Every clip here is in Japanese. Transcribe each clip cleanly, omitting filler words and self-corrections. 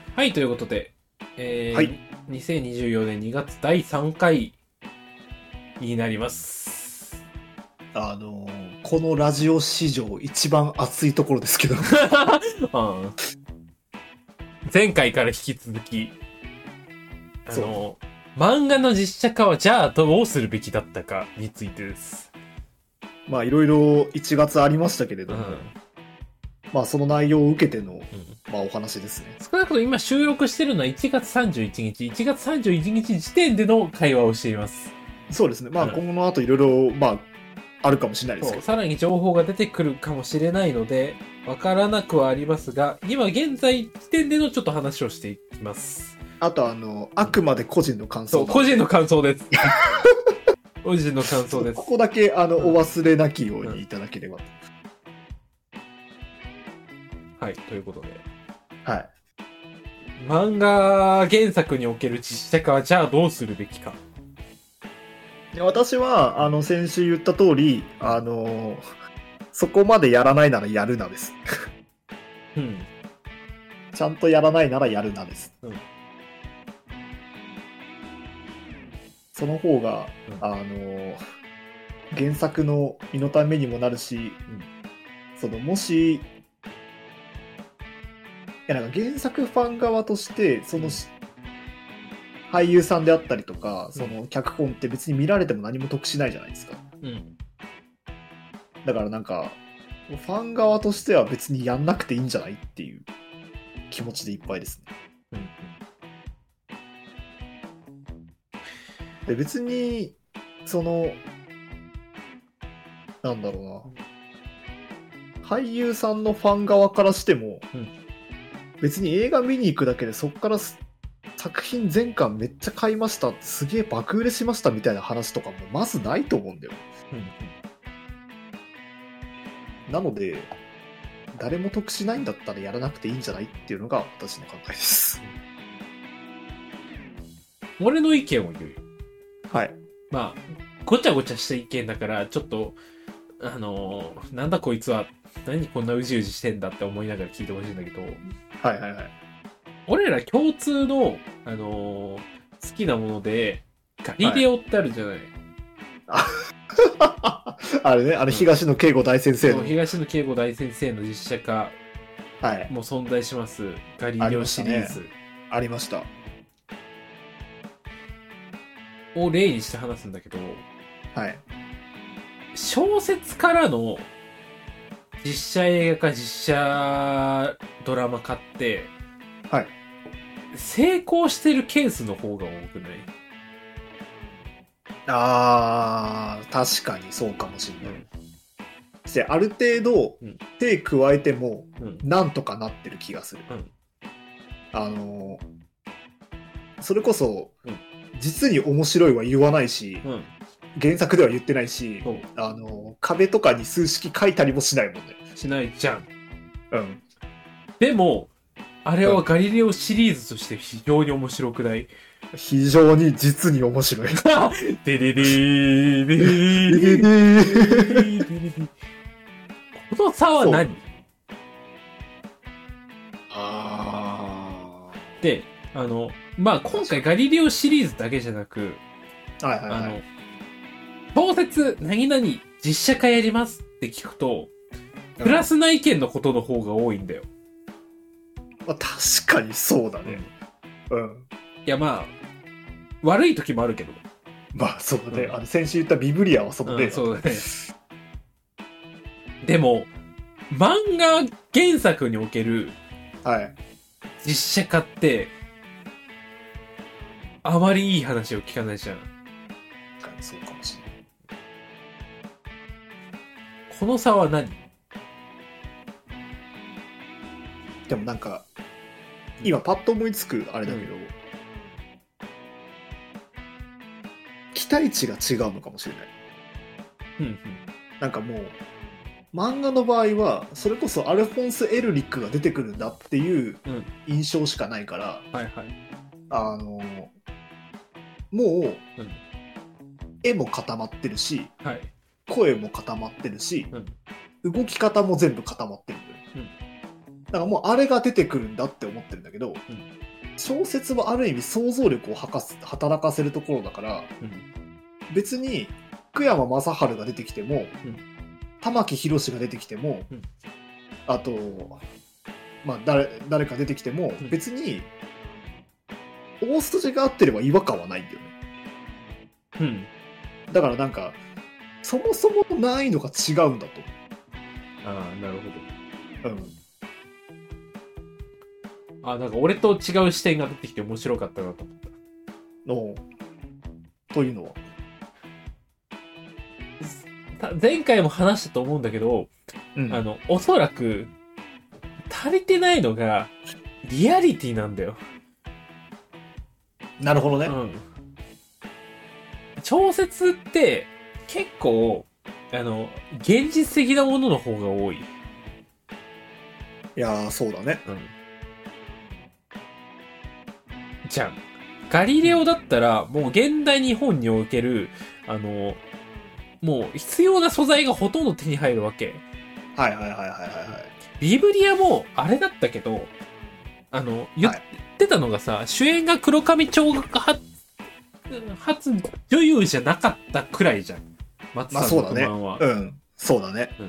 はい、ということで、 はい。 2024年2月第3回になります。 このラジオ史上一番熱いところですけど。 うん、前回から引き続き、 そう。 漫画の実写化はじゃあどうするべきだったかについてです。 まあいろいろ1月ありましたけれうん。 ども、まあその内容を受けての、 うん、 まあお話ですね。 少なくとも今収録してるのは1月31日、1月31日時点での会話をしています。 そうですね。まあうん。 今後の後いろいろ、まああるかもしれないですそう、 けど。 さらに情報が出てくるかもしれないので、わからなくはありますが、今現在時点でのちょっと話をしていきます。 あとあくまで個人の感そう、 想なので。 個人の感想です。個人の感想です。 ここだけうん。 お忘れなきよううん。 にいただければと。 はい、ということで。 はい。 漫画原作における実写化はじゃあどうするべきか。 で私は、先週言った通り、そこまでやらないならやるなです。 うん。 ちゃんとやらないならやるなです。 うん。 その方が、 うん。 原作の身のためにもなるし、もし、いやなんか原作ファン側として、俳優さんであったりとか、その脚本って別に見られても何も得しないじゃないですか。 うん。 だからなんか、ファン側としては別にやんなくていいんじゃないっていう気持ちでいっぱいですね。 うん。 で、別に、その、なんだろうな。俳優さんのファン側からしても、 うん。 別に映画見に行くだけでそっから作品全巻めっちゃ買いました、すげえ爆売れしましたみたいな話とかもまずないと思うんだよ。 うん。 なので、誰も得しないんだったらやらなくていいんじゃないっていうのが私の考えです。 俺の意見を言うよ。 はい。 まあ、ごちゃごちゃした意見だから、ちょっと、なんだこいつは、何こんなうじうじしてんだって思いながら聞いてほしいんだけど、 はいはいはい。 俺ら共通の、好きなもので、ガリはい。 レオってあるじゃない。 あれね、 うん。 東野圭吾大先生そう、 の、 東野圭吾大先生の実写化はい。 も存在します。ガリありレオましたね。 シリーズありました。 を例にして話すんだけど、 はい。 小説からの実写映画化、実写ドラマ化って、 はい。 成功してるケースの方が多くない？ 確かにそうかもしれない。 うん。 で、ある程度、 うん。 手加えても、 うん。 なんとかなってる気がする。 うん。 あのそれこそ、 うん。 実に面白いは言わないし、 うん。 原作では言ってないし、 そう。 壁とかに数式書いたりもしないもんね。 しないじゃん。 うん。 でも、あれうん。 はガリレオシリーズとして非常に面白くない？ 非常に実に面白い。 デレレー、デレレでででー、デレレーー、デレレー。この差はそう。 何？ あで、まあ、今回ガリレオシリーズだけじゃなく、 はいはいあの、 はい。 小説何々実写化やりますって聞くと、 うん。 プラスな意見のことの方が多いんだよ。 まあ、確かにそうだね。 うん。 うん。 いやまあ、悪い時もあるけど。 まあそうだね。 うん。 先週言ったビブリアはそのうん、 例だと。 そうだね。でも、漫画原作におけるはい。 実写化って、あまりいい話を聞かないじゃん。 確かにそうかもしれない。 この差は何？ でもなんか、 うん。 今パッと思いつくあれうん。 だけど、期待値が違うのかもしれない。 うん。 なんかもう、漫画の場合は、それこそアルフォンス・エルリックが出てくるんだっていううん。 印象しかないから、 はいはい。 あの、もう、 うん。 絵も固まってるし、 はい。 声も固まってるし、 うん。 動き方も全部固まってるんだよ。 うん。 だからもうあれが出てくるんだって思ってるんだけど、 うん。 小説はある意味想像力を働かせるところだから、別に福山雅治が出てきても、玉木宏が出てきても、あと、まあ、誰か出てきても、別に大筋が合ってれば違和感はないんだよね。だからなんかそもそもの難易度が違うんだと。 ああ、なるほど。 うん。 なんか俺と違う視点が出てきて面白かったなと思った。 というのは前回も話したと思うんだけど、おそらく足りてないのがリアリティなんだよ。 なるほどね。 小説って結構現実的なものの方が多い。 いやー、そうだね。 じゃん。ガリレオだったらもう現代日本におけるもう必要な素材がほとんど手に入るわけ。 はい。 ビブリアもあれだったけど、言ってたのがさ、主演が黒上長が初女優じゃなかったくらいじゃん。松さんの不満は。 そうだね。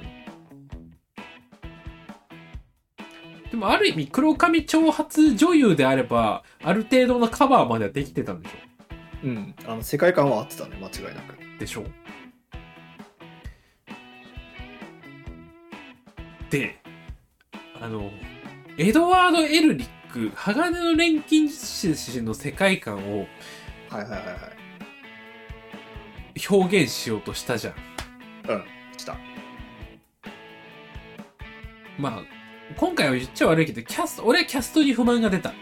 でもある意味黒上長初女優であれば、ある程度のカバーまではできてたんでしょ。 世界観は合ってたね、間違いなく。 でしょ。で、エドワード・エルリック、鋼の錬金術師の世界観を、表現しようとしたじゃん。 した。 まあ、今回は言っちゃ悪いけど、俺はキャストに不満が出た。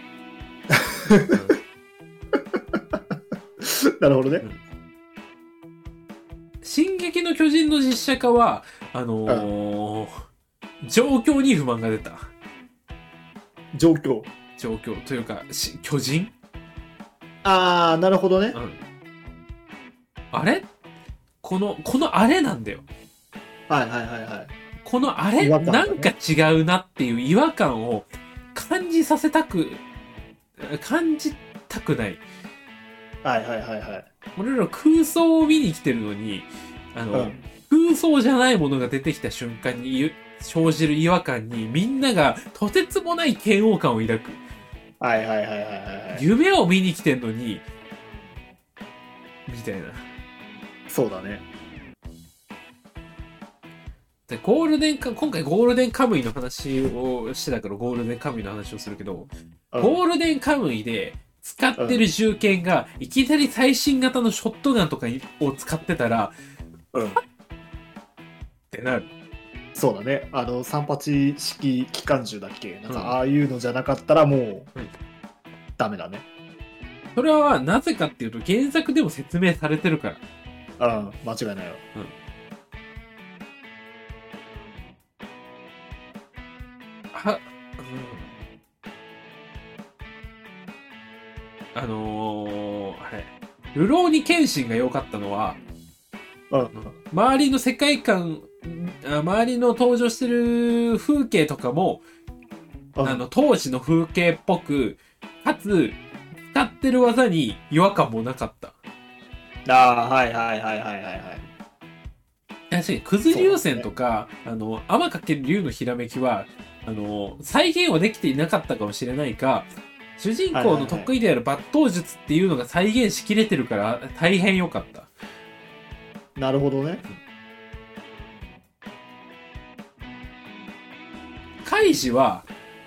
なるほどね。 進撃の巨人の実写化は、状況に不満が出た。 状況というか、巨人？ なるほどね。 あれこのあれなんだよ。このあれ、なんか違うなっていう違和感を感じたくない。俺ら空想を見に来てるのに、空想じゃないものが出てきた瞬間に生じる違和感にみんながとてつもない嫌悪感を抱く。夢を見に来てんのに、みたいな。 そうだね。 で今回ゴールデンカムイの話をしてたからゴールデンカムイの話をするけど、ゴールデンカムイで使ってる銃剣がいきなり最新型のショットガンとかを使ってたら、ってなる。 そうだね。38式機関銃だっけ、なんかああいうのじゃなかったらもう、ダメだね。 それはなぜかっていうと原作でも説明されてるから。 間違いないよ。 あれ、ルローニケンシンが良かったのは、周りの世界観、周りの登場してる風景とかも、当時の風景っぽく、かつ、使ってる技に違和感もなかった。確かに、くず流線とか、天かける竜のひらめきは、再現はできていなかったかもしれないが、主人公の得意である抜刀術っていうのが再現しきれてるから大変良かった。 なるほどね。 カイジは、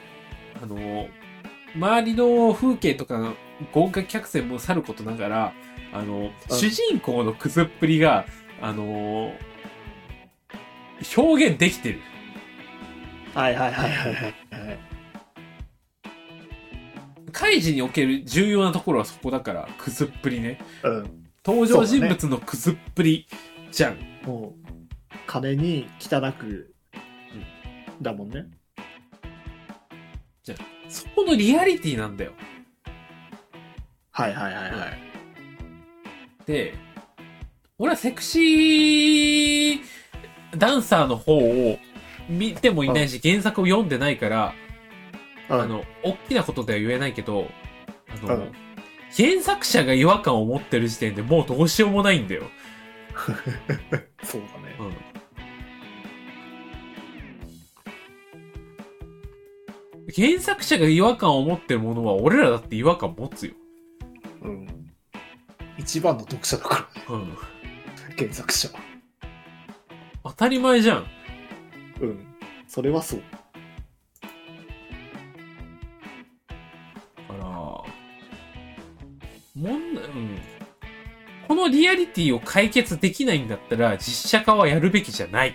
周りの風景とかの豪華客船もさることながら、主人公のクズっぷりが、表現できてる。カイジにおける重要なところはそこだから、クズっぷりね。登場人物のクズっぷりじゃん。 もう、金に汚く、だもんね。 じゃあ、そこのリアリティなんだよ。で、俺はセクシーダンサーの方を見てもいないし、原作を読んでないから、 大きなことでは言えないけど、原作者が違和感を持ってる時点でもうどうしようもないんだよ。 そうだね。 原作者が違和感を持ってるものは俺らだって違和感持つよ。 一番の読者だからね。原作者は。 当たり前じゃん。 それはそう。 このリアリティを解決できないんだったら実写化はやるべきじゃない。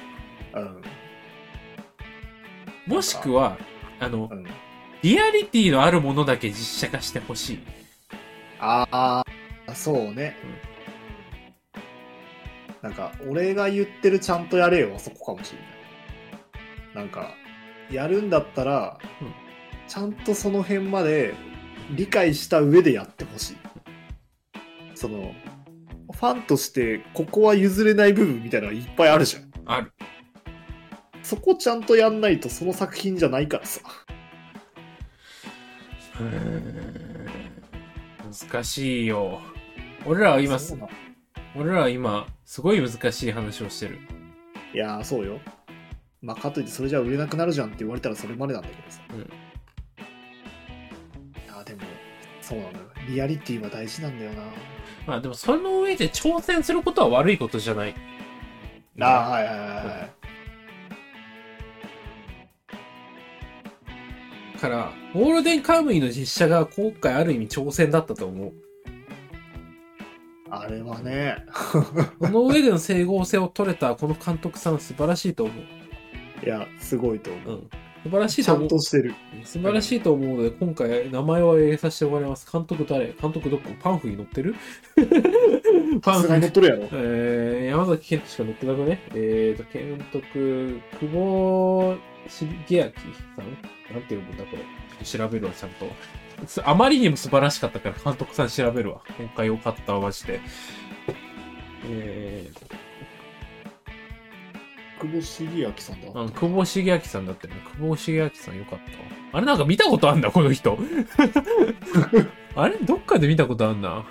もしくはリアリティのあるものだけ実写化してほしい。 そうね。なんか俺が言ってるちゃんとやれよ、そこかもしれない。なんかやるんだったら、ちゃんとその辺まで理解した上でやってほしい。ファンとしてここは譲れない部分みたいなのがいっぱいあるじゃん。 ある。 そこちゃんとやんないとその作品じゃないからさ。 難しいよ。俺らは今すごい難しい話をしてる。 いやー、そうよ。かといってそれじゃ売れなくなるじゃんって言われたらそれまでなんだけどさ。でもそうなのよ。リアリティは大事なんだよな。 でもその上で挑戦することは悪いことじゃない。からゴールデンカムイの実写が今回ある意味挑戦だったと思う。 あれはね。 この上での整合性を取れたこの監督さん素晴らしいと思う。 いや、すごいと思う。 素晴らしいと思う。 ちゃんとしてる。 素晴らしいと思うので、今回名前を入れさせてもらいます。監督誰？監督どこ？パンフに載ってる？ パンフに載っとるやろ。 山崎賢人しか載ってなくね。監督、久保茂明さん？なんていうもんだこれ。ちょっと調べるわ、ちゃんと。あまりにも素晴らしかったから監督さん調べるわ。今回良かったわ、マジで。 久保茂明さんだ。 久保茂明さんだってね。久保茂明さんよかったわ。あれなんか見たことあんだ、この人。あれどっかで見たことあんな。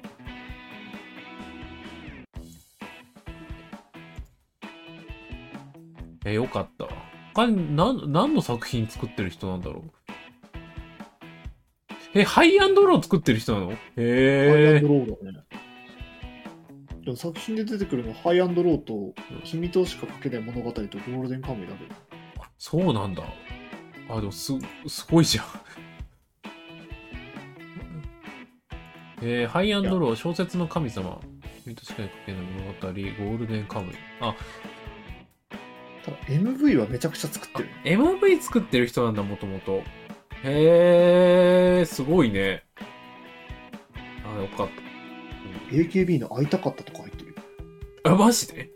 よかったわ。何の作品作ってる人なんだろう。ハイアンドロー作ってる人なの？ハイアンドローだね。でも作品で出てくるのはハイアンドローと、君としか書けない物語とゴールデンカムイだけど。 そうなんだ。でもすごいじゃん。ハイアンドロー、小説の神様、君としか書けない物語、ゴールデンカムイ。 ただ MV はめちゃくちゃ作ってる。 MV 作ってる人なんだ、もともと。すごいね。よかった。 AKB の会いたかったとか入ってる。 マジで？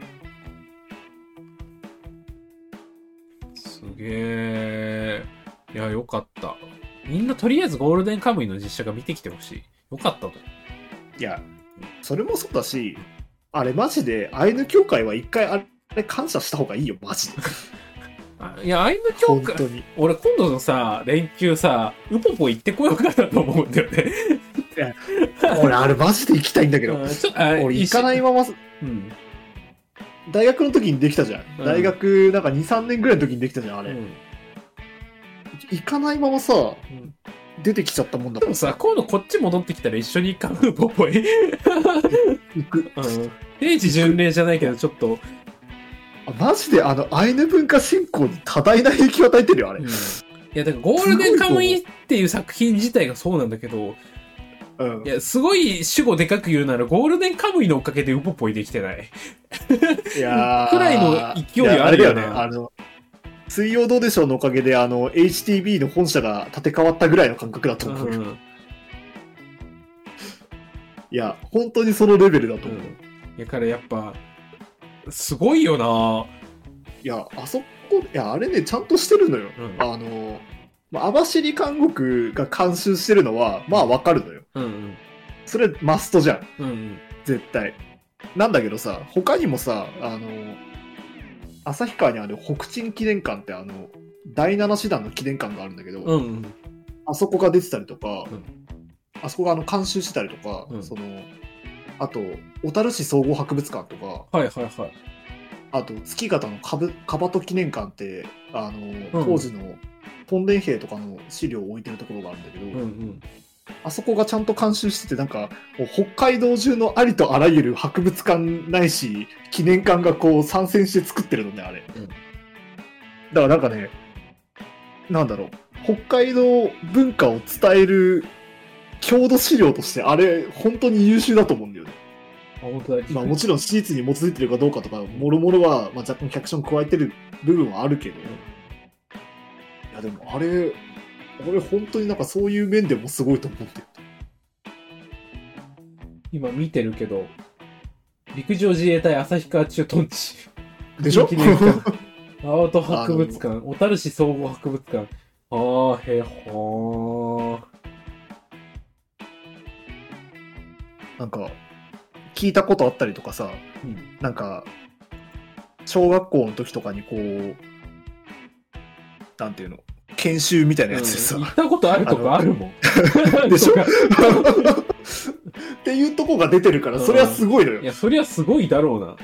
すげえ。いや、よかった。みんなとりあえずゴールデンカムイの実写が見てきてほしい。よかったと。 いや、それもそうだし、あれマジでアイヌ協会は一回あれ感謝した方がいいよ、マジで。 いや、アイヌ協会、俺今度のさ、連休さ、ウポポ行ってこようかなと思うんだよね。 いや、俺あれマジで行きたいんだけど、俺行かないまま、大学の時にできたじゃん。大学なんか2、3年ぐらいの時にできたじゃん、あれ。行かないままさ、出てきちゃったもんだから。 でもさ、今度こっち戻ってきたら一緒に行かん、ウポポへ。 行く。 聖地巡礼じゃないけど、ちょっと。 マジでアイヌ文化振興に多大な影響を与えてるよ、あれ。 いや、だからゴールデンカムイっていう作品自体がそうなんだけど、いや、すごい主語でかく言うなら、ゴールデンカムイのおかげでウポポイできてない。 いやー。 くらいの勢いあるよね。 水曜どうでしょうのおかげで、HTB の本社が建て替わったぐらいの感覚だと思う。いや、本当にそのレベルだと思う。 だからやっぱ、すごいよな。 いや、あれね、ちゃんとしてるのよ。網走監獄が監修してるのは、まあわかるのよ。それマストじゃん。絶対。なんだけどさ、他にもさ、旭川にある北鎮記念館って第七師団の記念館があるんだけど、 うんうん、 あそこが出てたりとか、 うん、 あそこが監修してたりとか、 うん、 あと小樽市総合博物館とか、 はいはいはい、 あと月形のかばと記念館って当時のトンデン兵とかの資料を置いてるところがあるんだけど、 うんうん、 あそこがちゃんと監修してて、なんかもう北海道中のありとあらゆる博物館ないし記念館がこう参戦して作ってるのね、あれ、うん、だからなんかね、なんだろう、北海道文化を伝える郷土資料としてあれ本当に優秀だと思うんだよね。まあもちろん史実に基づいてるかどうかとかもろもろは、まあ、若干キャプション加えてる部分はあるけど、いやでもあれ本当になんかそういう面でもすごいと思うんだよ。 今見てるけど、陸上自衛隊旭川駐屯地でしょアート博物館、小樽市総合博物館、あーへほー。 なんか聞いたことあったりとかさ、うん、なんか小学校の時とかにこうなんていうの、研修みたいなやつでさ、 行ったことあるとかあるもんでしょっていうとこが出てるから、それはすごいのよ。 いや、それはすごいだろうな。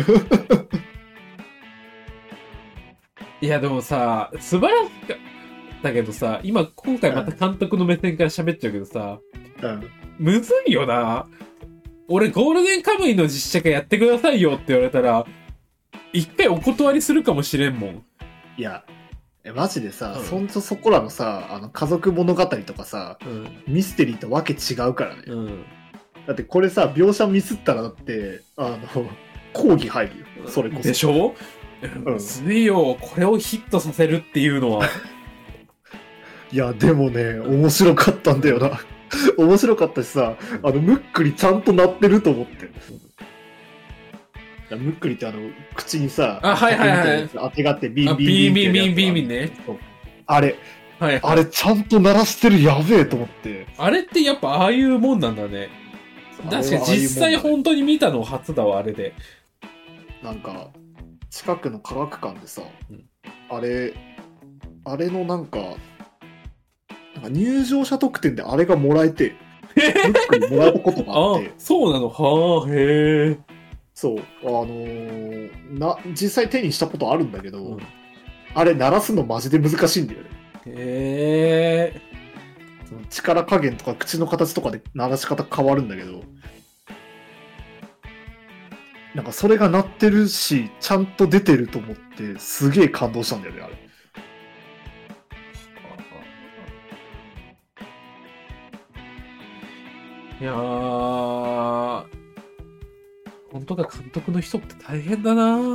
いやでもさ、素晴らしかったけどさ、今回また監督の目線から喋っちゃうけどさ、うん、むずいよな。俺ゴールデンカムイの実写化やってくださいよって言われたら一回お断りするかもしれんもん。 いやマジでさ、そこらのさ家族物語とかさ、うん、ミステリーとわけ違うからね、うん、だってこれさ描写ミスったらだって抗議入るよ、それこそ。 でしょ、むずいよこれをヒットさせるっていうのは。 いやでもね面白かったんだよな。面白かったしさ、ムックリちゃんと鳴ってると思って。ムックリって口にさ、 はいはいはい。 当てがってビンビンビンビンビンビンね。 あれ、はいはい、あれちゃんと鳴らしてる、やべえと思って。 あれってやっぱああいうもんなんだね。確かに実際本当に見たの初だわ、あれで。 なんか、近くの科学館でさ、うん、あれのなんか入場者特典であれがもらえて、ムックリもらえたことがあって。 あ、そうなの、はあ、へえ。 そう、実際手にしたことあるんだけど、うん、あれ鳴らすのマジで難しいんだよね。 へえ。 その力加減とか口の形とかで鳴らし方変わるんだけど、なんかそれが鳴ってるしちゃんと出てると思ってすげえ感動したんだよね、あれ。 いやー、本当か、監督の人って大変だな。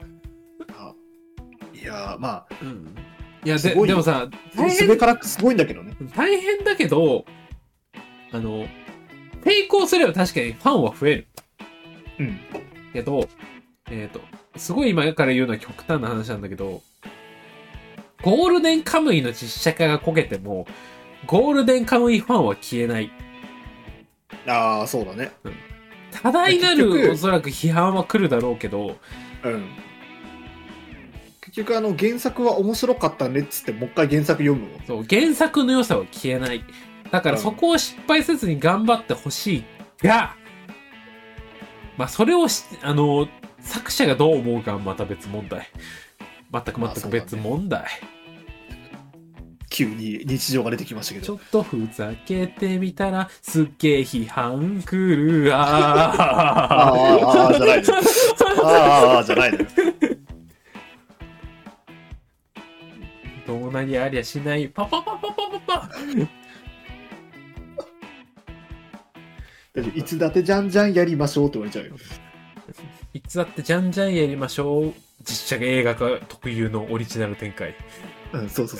いやー、まあ、 うん、いやでもさ、 すべからくすごいんだけどね。 大変だけど、抵抗すれば確かにファンは増える。うん。けど、すごい今から言うのは極端な話なんだけど、ゴールデンカムイの実写化がこけても、ゴールデンカムイファンは消えない。 ああ、そうだね。 うん。多大なるおそらく批判は来るだろうけど、 うん。結局原作は面白かったねっつってもう一回原作読むの。 そう、原作の良さは消えない。だからそこを失敗せずに頑張ってほしいが、まあそれを作者がどう思うかはまた別問題。全く別問題。 急に日常が出てきましたけど。 ちょっとふざけてみたらすっげえ批判来る。ああじゃないの。ああじゃないの。 どうなりありゃしないパパパパパパパ。 いつだってじゃんじゃんやりましょうって言われちゃうよ。 いつだってじゃんじゃんやりましょう。実写映画化特有のオリジナル展開。 うん、そう。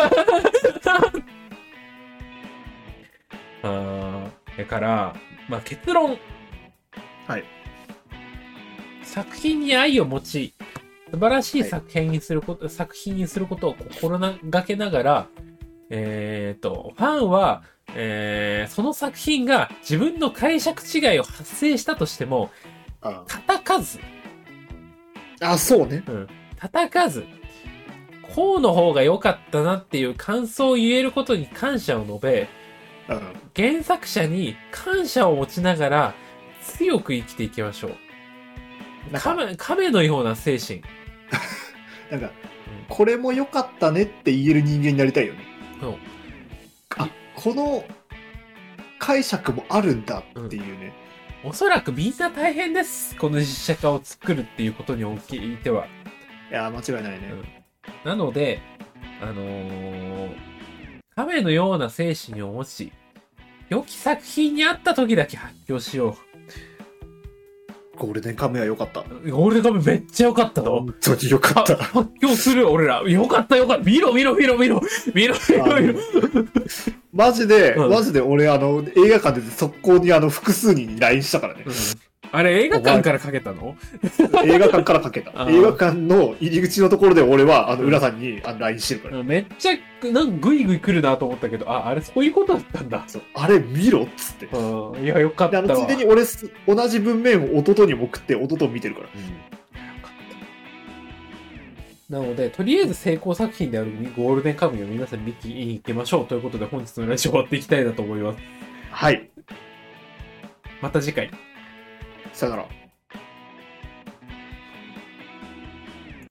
だから、まあ結論。 はい。 作品に愛を持ち、素晴らしい作品にすること、作品にすることを心がけながら、ファンは、その作品が自分の解釈違いを発生したとしても、叩かず。 あ、そうね。 うん。叩かず、 こうの方が良かったなっていう感想を言えることに感謝を述べ、原作者に感謝を持ちながら強く生きていきましょう。亀のような精神。 なんか、これも良かったねって言える人間になりたいよね。あ、この解釈もあるんだっていうね。 おそらくみんな大変です。この実写化を作るっていうことにおいては。 いや、間違いないね。 なので、亀のような精神を持ち、良き作品にあった時だけ発表しよう。 ゴールデンカムイは良かった。 ゴールデンカムイめっちゃ良かったと。 本当に良かった。 発表する俺ら。良かった良かった。見ろ。 マジで俺映画館で速攻に複数人に LINE したからね。 あれ映画館からかけたの？ 映画館からかけた。映画館の入り口のところで俺は浦さんにLINE してるから。 めっちゃなんかグイグイ来るなと思ったけど、あれそういうことだったんだ。 あれ見ろっつって。 いやよかったわ。 ついでに俺同じ文面を弟にも送って弟見てるから。 なので、とりあえず成功作品であるゴールデンカムイを皆さん見に行きましょうということで本日のラジオ終わっていきたいなと思います。 はい。 また次回。 さよなら。